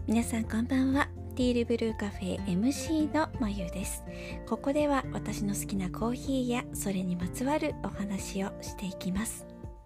皆さんこんばんは。ティールブルーカフェ MC のまゆです。ここでは私の好きなコーヒーやそれにまつわるお話をしていきます。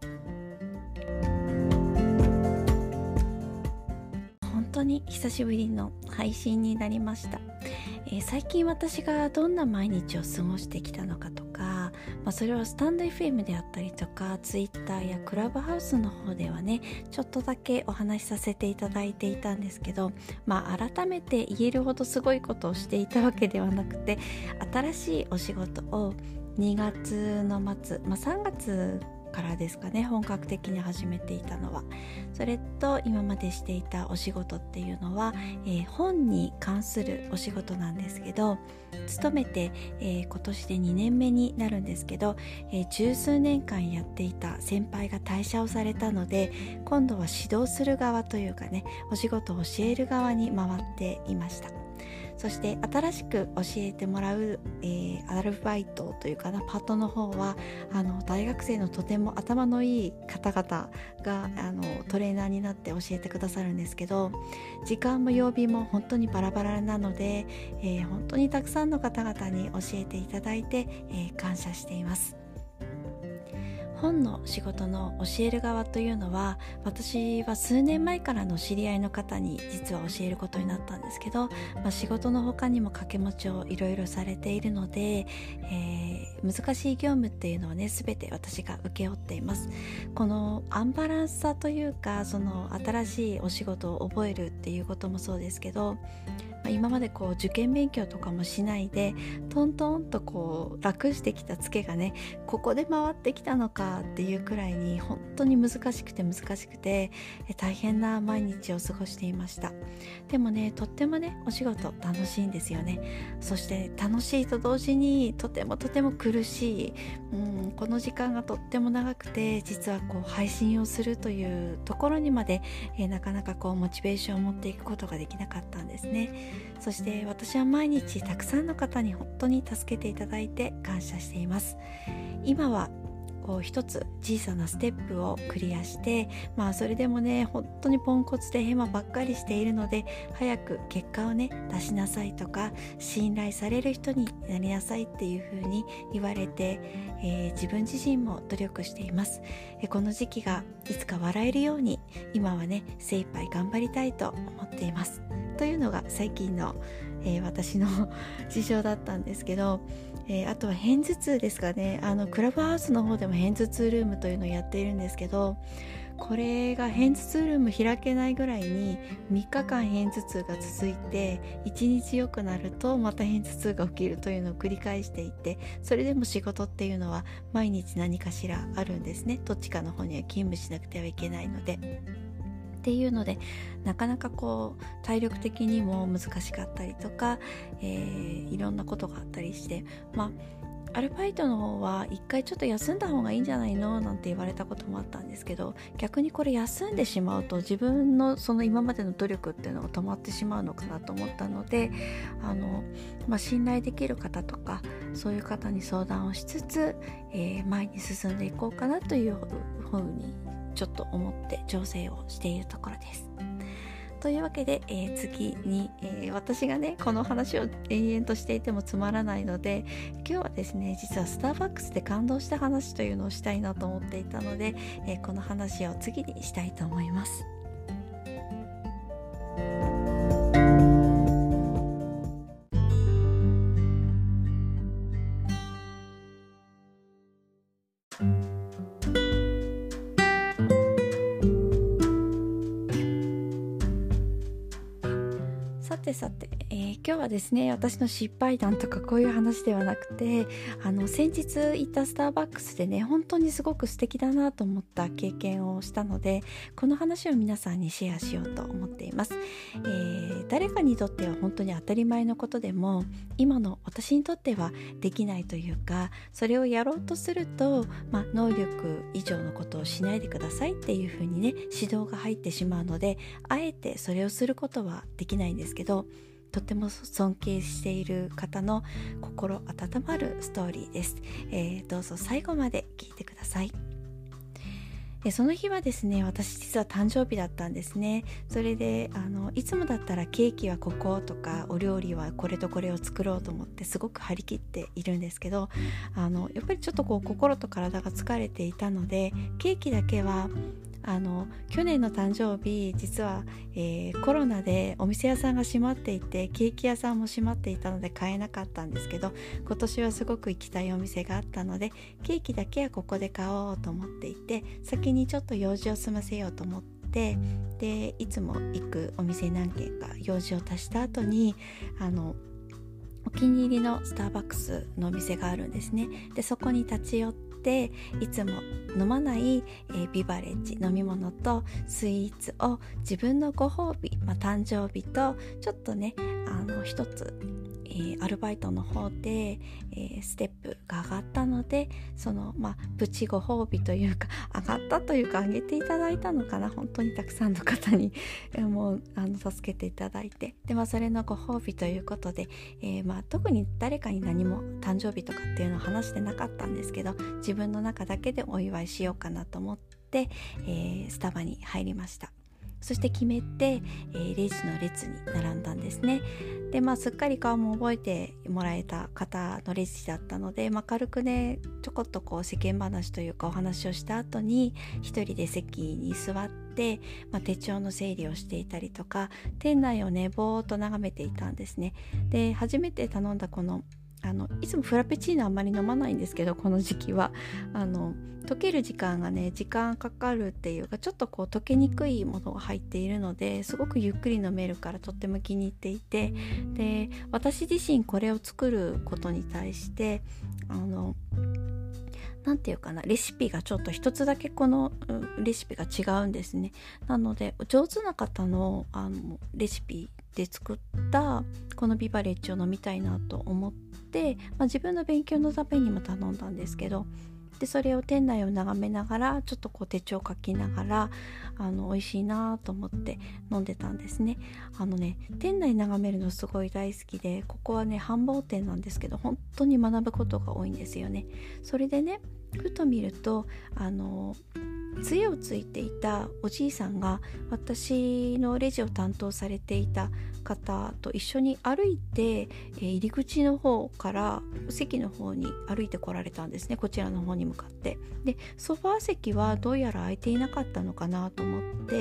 本当に久しぶりの配信になりました。最近私がどんな毎日を過ごしてきたのかとか、それはスタンド FM であったりとか Twitter やクラブハウスの方ではねちょっとだけお話しさせていただいていたんですけど、改めて言えるほどすごいことをしていたわけではなくて、新しいお仕事を2月の末、3月からですかね、本格的に始めていたのは。それと今までしていたお仕事っていうのは、本に関するお仕事なんですけど、勤めて、今年で2年目になるんですけど、十数年間やっていた先輩が退社をされたので、今度は指導する側というかね、お仕事を教える側に回っていました。そして新しく教えてもらう、アルバイトというかな、パートの方は大学生のとても頭のいい方々がトレーナーになって教えてくださるんですけど、時間も曜日も本当にバラバラなので、本当にたくさんの方々に教えていただいて、感謝しています。本の仕事の教える側というのは、私は数年前からの知り合いの方に実は教えることになったんですけど、仕事の他にも掛け持ちをいろいろされているので、難しい業務っていうのをね全て私が請け負っています。このアンバランスさというか、その新しいお仕事を覚えるっていうこともそうですけど、今まで受験勉強とかもしないでトントンと楽してきたツケがね、ここで回ってきたのかっていうくらいに本当に難しくて大変な毎日を過ごしていました。でもね、とってもねお仕事楽しいんですよね。そして楽しいと同時にとても苦しい、この時間がとっても長くて、実は配信をするというところにまで、なかなかモチベーションを持っていくことができなかったんですね。そして私は毎日たくさんの方に本当に助けていただいて感謝しています。今は一つ小さなステップをクリアして、それでもね本当にポンコツでヘマばっかりしているので、早く結果をね出しなさいとか、信頼される人になりなさいっていう風に言われて、自分自身も努力しています。この時期がいつか笑えるように今はね精一杯頑張りたいと思っていますというのが最近の、私の事情だったんですけど、あとは片頭痛ですかね。クラブハウスの方でも片頭痛ルームというのをやっているんですけど、これが片頭痛ルーム開けないぐらいに3日間片頭痛が続いて、1日良くなるとまた片頭痛が起きるというのを繰り返していて、それでも仕事っていうのは毎日何かしらあるんですね。どっちかの方には勤務しなくてはいけないのでっていうので、なかなか体力的にも難しかったりとか、いろんなことがあったりして、アルバイトの方は一回ちょっと休んだ方がいいんじゃないのなんて言われたこともあったんですけど、逆にこれ休んでしまうと自分のその今までの努力っていうのが止まってしまうのかなと思ったので、信頼できる方とかそういう方に相談をしつつ、前に進んでいこうかなというふうにちょっと思って調整をしているところです。というわけで、次に、私がねこの話を延々としていてもつまらないので、今日はですね実はスターバックスで感動した話というのをしたいなと思っていたので、この話を次にしたいと思います。さて、今日はですね私の失敗談とかこういう話ではなくて、先日行ったスターバックスでね本当にすごく素敵だなと思った経験をしたので、この話を皆さんにシェアしようと思っています。誰かにとっては本当に当たり前のことでも、今の私にとってはできないというか、それをやろうとすると、能力以上のことをしないでくださいっていうふうにね指導が入ってしまうので、あえてそれをすることはできないんですけど、とても尊敬している方の心温まるストーリーです。どうぞ最後まで聞いてください。 でその日はですね、私実は誕生日だったんですね。それでいつもだったらケーキはこことかお料理はこれとこれを作ろうと思ってすごく張り切っているんですけど、やっぱりちょっと心と体が疲れていたので、ケーキだけは去年の誕生日実は、コロナでお店屋さんが閉まっていてケーキ屋さんも閉まっていたので買えなかったんですけど、今年はすごく行きたいお店があったのでケーキだけはここで買おうと思っていて、先にちょっと用事を済ませようと思って、でいつも行くお店何軒か用事を足した後にお気に入りのスターバックスのお店があるんですね。でそこに立ち寄っていつも飲まない、ビバレッジ飲み物とスイーツを自分のご褒美、誕生日とちょっとね一つ、アルバイトの方で、ステップが上がったので、そのプチご褒美というか上がったというか上げていただいたのかな、本当にたくさんの方にもう助けていただいて、でそれのご褒美ということで、特に誰かに何も誕生日とかっていうのを話してなかったんですけど、自分の中だけでお祝いしようかなと思って、スタバに入りました。そして決めて、レジの列に並んだんですね。で、すっかり顔も覚えてもらえた方のレジだったので、軽くねちょこっと世間話というかお話をした後に一人で席に座って、手帳の整理をしていたりとか、店内をねぼーっと眺めていたんですね。で初めて頼んだいつもフラペチーノあんまり飲まないんですけど、この時期は溶ける時間がね時間かかるっていうか、ちょっと溶けにくいものが入っているのですごくゆっくり飲めるからとっても気に入っていて、で私自身これを作ることに対してなんていうかな、レシピがちょっと一つだけこのレシピが違うんですね。なので上手な方のレシピで作ったこのビバレッジを飲みたいなと思って、自分の勉強のためにも頼んだんですけど、でそれを店内を眺めながらちょっと手帳書きながら美味しいなと思って飲んでたんですね。店内眺めるのすごい大好きで、ここはね繁忙店なんですけど本当に学ぶことが多いんですよね。それでねふと見ると杖をついていたおじいさんが私のレジを担当されていた方と一緒に歩いて、入り口の方から席の方に歩いてこられたんですね、こちらの方に向かって。でソファー席はどうやら空いていなかったのかなと思って、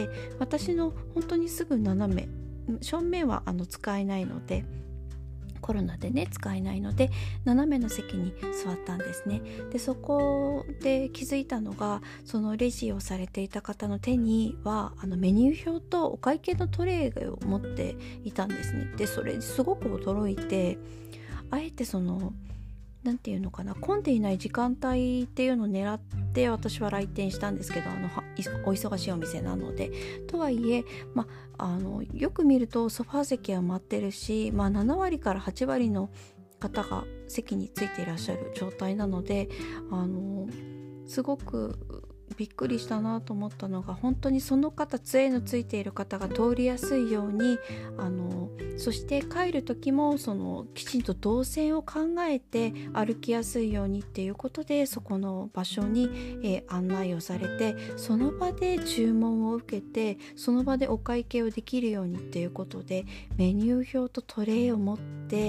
私の本当にすぐ斜め正面は使えないので、コロナでね使えないので斜めの席に座ったんですね。でそこで気づいたのが、そのレジをされていた方の手にはメニュー表とお会計のトレイを持っていたんですね。でそれすごく驚いて、あえてなんていうのかな、混んでいない時間帯っていうのを狙って私は来店したんですけど、お忙しいお店なので。とはいえ、よく見るとソファー席は埋まってるし、7割から8割の方が席についていらっしゃる状態なので、すごくびっくりしたなと思ったのが、本当にその方、杖のついている方が通りやすいようにそして帰る時もきちんと動線を考えて歩きやすいようにっていうことで、そこの場所に、案内をされて、その場で注文を受けてその場でお会計をできるようにっていうことで、メニュー表とトレイを持って、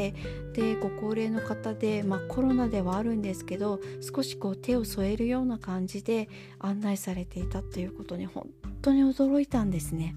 でご高齢の方で、コロナではあるんですけど少し手を添えるような感じで案内されていたっていうことに本当に驚いたんですね。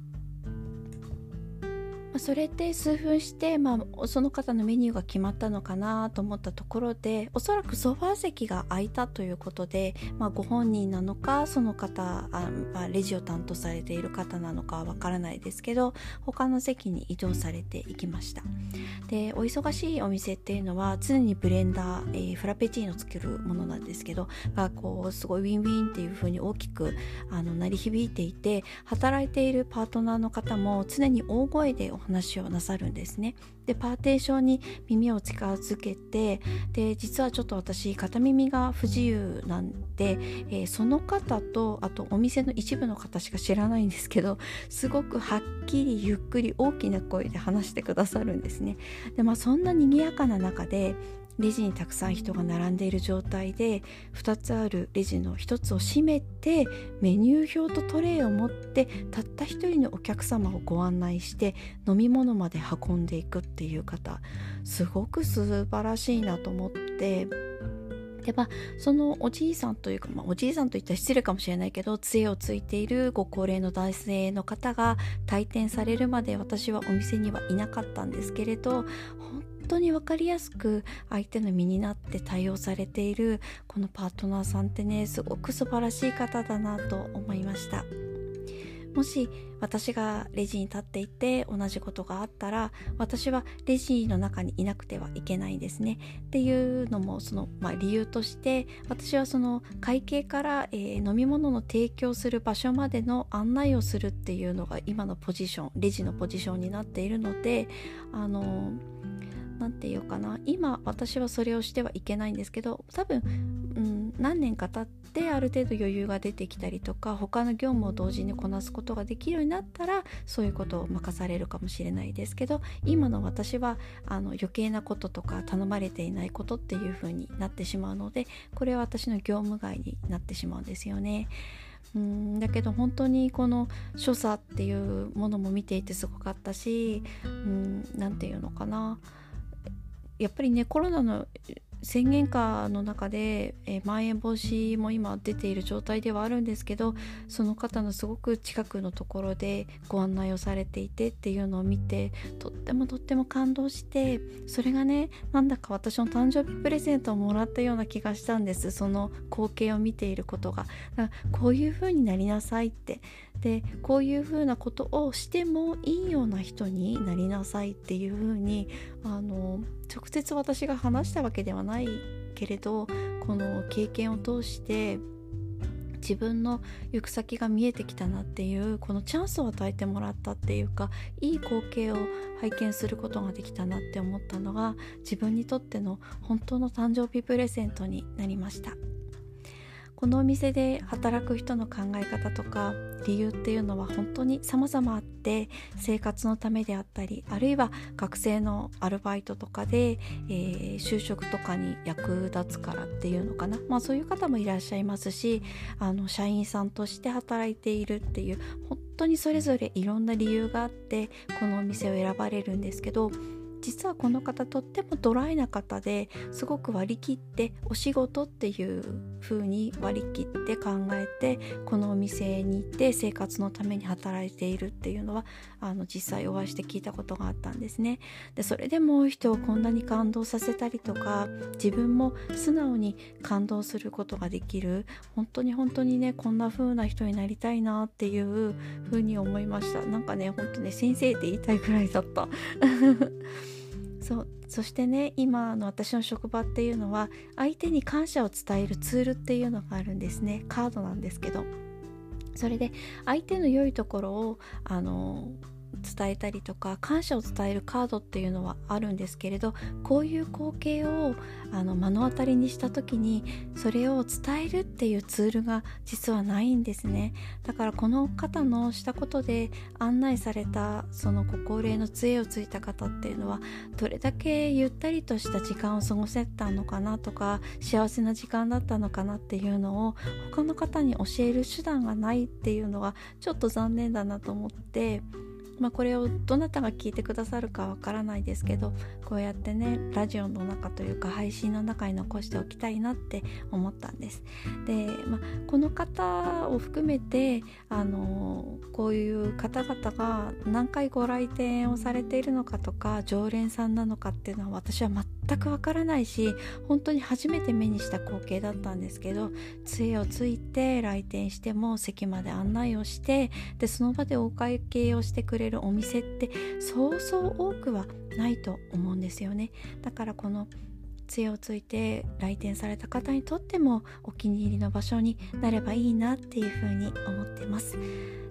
それで数分して、その方のメニューが決まったのかなと思ったところで、おそらくソファー席が空いたということで、ご本人なのかその方レジを担当されている方なのかはわからないですけど、他の席に移動されていきました。でお忙しいお店っていうのは常にブレンダー、フラペチーノ作るものなんですけど、すごいウィンウィンっていう風に大きく鳴り響いていて、働いているパートナーの方も常に大声でお話をなさるんですね。でパーテーションに耳を近づけて、で実はちょっと私片耳が不自由なんで、その方とあとお店の一部の方しか知らないんですけど、すごくはっきりゆっくり大きな声で話してくださるんですね。でそんな賑やかな中でレジにたくさん人が並んでいる状態で、2つあるレジの1つを閉めてメニュー表とトレイを持ってたった1人のお客様をご案内して飲み物まで運んでいくっていう方、すごく素晴らしいなと思って、でそのおじいさんというか、おじいさんといったら失礼かもしれないけど、杖をついているご高齢の男性の方が退店されるまで私はお店にはいなかったんですけれど、本当に分かりやすく相手の身になって対応されているこのパートナーさんってね、すごく素晴らしい方だなと思いました。もし私がレジに立っていて同じことがあったら、私はレジの中にいなくてはいけないんですね。っていうのも理由として、私はその会計から、飲み物の提供する場所までの案内をするっていうのが今のポジション、レジのポジションになっているので、なんていうかな、今私はそれをしてはいけないんですけど、多分、何年か経ってある程度余裕が出てきたりとか、他の業務を同時にこなすことができるようになったら、そういうことを任されるかもしれないですけど、今の私は余計なこととか頼まれていないことっていう風になってしまうので、これは私の業務外になってしまうんですよね。だけど本当にこの所作っていうものも見ていてすごかったし、なんていうのかな、やっぱりね、コロナの宣言下の中で、まん延防止も今出ている状態ではあるんですけど、その方のすごく近くのところでご案内をされていてっていうのを見て、とっても感動して、それがね、なんだか私の誕生日プレゼントをもらったような気がしたんです。その光景を見ていることが、だからこういう風になりなさいって、でこういう風なことをしてもいいような人になりなさいっていう風に直接私が話したわけではないけれど、この経験を通して自分の行く先が見えてきたなっていう、このチャンスを与えてもらったっていうか、いい光景を拝見することができたなって思ったのが、自分にとっての本当の誕生日プレゼントになりました。このお店で働く人の考え方とか理由っていうのは本当に様々あって、生活のためであったり、あるいは学生のアルバイトとかで、就職とかに役立つからっていうのかな、そういう方もいらっしゃいますし、社員さんとして働いているっていう、本当にそれぞれいろんな理由があってこのお店を選ばれるんですけど、実はこの方とってもドライな方で、すごく割り切ってお仕事っていう風に割り切って考えてこのお店に行って生活のために働いているっていうのは実際お会いして聞いたことがあったんですね。でそれでも人をこんなに感動させたりとか、自分も素直に感動することができる、本当にね、こんな風な人になりたいなっていう風に思いました。なんかね、本当ね、先生って言いたいくらいだったそしてね、今の私の職場っていうのは相手に感謝を伝えるツールっていうのがあるんですね。カードなんですけど、それで相手の良いところを伝えたりとか感謝を伝えるカードっていうのはあるんですけれど、こういう光景を目の当たりにした時にそれを伝えるっていうツールが実はないんですね。だからこの方のしたことで案内されたそのご高齢の杖をついた方っていうのはどれだけゆったりとした時間を過ごせたのかなとか、幸せな時間だったのかなっていうのを他の方に教える手段がないっていうのがちょっと残念だなと思って、これをどなたが聞いてくださるかわからないですけど、こうやってね、ラジオの中というか配信の中に残しておきたいなって思ったんです。で、この方を含めてこういう方々が何回ご来店をされているのかとか、常連さんなのかっていうのは私は全くわからないし、本当に初めて目にした光景だったんですけど、杖をついて来店しても席まで案内をして、でその場でお会計をしてくれるお店ってそうそう多くはないと思うんですよね。だからこの杖をついて来店された方にとってもお気に入りの場所になればいいなっていうふうに思ってます。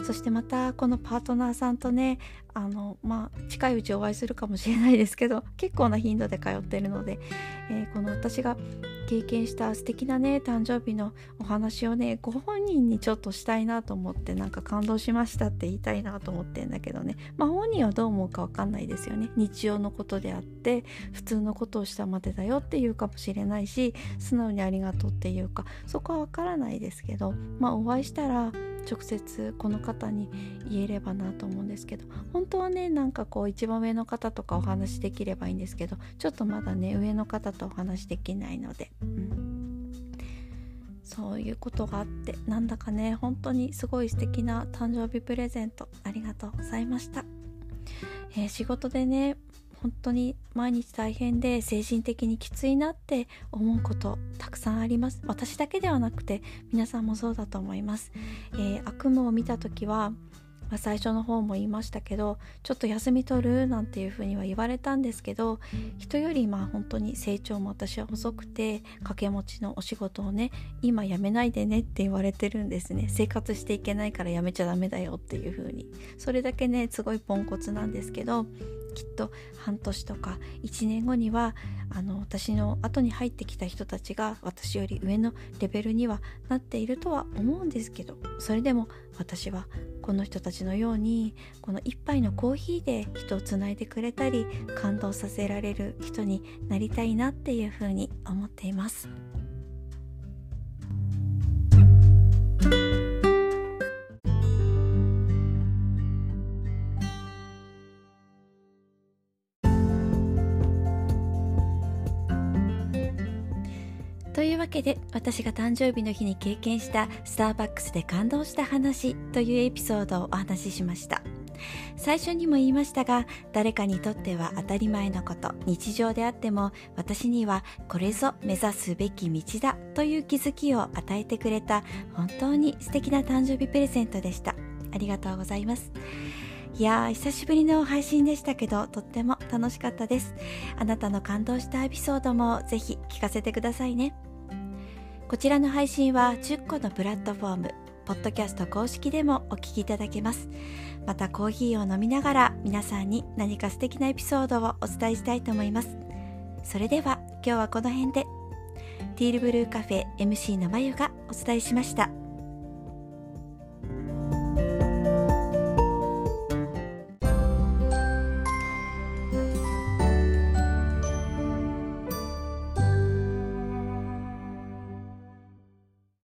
そしてまたこのパートナーさんとね近いうちお会いするかもしれないですけど、結構な頻度で通ってるので、この私が経験した素敵なね誕生日のお話をねご本人にちょっとしたいなと思って、なんか感動しましたって言いたいなと思ってんだけどね、本人はどう思うかわかんないですよね。日常のことであって普通のことをしたまでだよっていうかもしれないし、素直にありがとうっていうか、そこはわからないですけど、お会いしたら直接この方に言えればなと思うんですけど、本当はねなんかこう一番上の方とかお話できればいいんですけど、ちょっとまだね上の方とお話できないので、そういうことがあって、なんだかね本当にすごい素敵な誕生日プレゼントありがとうございました。仕事でね本当に毎日大変で精神的にきついなって思うことたくさんあります。私だけではなくて皆さんもそうだと思います。悪夢を見た時は、最初の方も言いましたけど、ちょっと休み取るなんていうふうには言われたんですけど、人より本当に成長も私は遅くて、掛け持ちのお仕事をね今辞めないでねって言われてるんですね。生活していけないから辞めちゃダメだよっていうふうに。それだけねすごいポンコツなんですけど、きっと半年とか1年後には私の後に入ってきた人たちが私より上のレベルにはなっているとは思うんですけど、それでも私はこの人たちのようにこの一杯のコーヒーで人をつないでくれたり感動させられる人になりたいなっていうふうに思っています。というわけで、私が誕生日の日に経験したスターバックスで感動した話というエピソードをお話ししました。最初にも言いましたが、誰かにとっては当たり前のこと、日常であっても私にはこれぞ目指すべき道だという気づきを与えてくれた本当に素敵な誕生日プレゼントでした。ありがとうございます。いやー、久しぶりの配信でしたけど、とっても楽しかったです。あなたの感動したエピソードもぜひ聞かせてくださいね。こちらの配信は10個のプラットフォーム、ポッドキャスト公式でもお聞きいただけます。またコーヒーを飲みながら皆さんに何か素敵なエピソードをお伝えしたいと思います。それでは今日はこの辺で。ティールブルーカフェ MC のまゆがお伝えしました。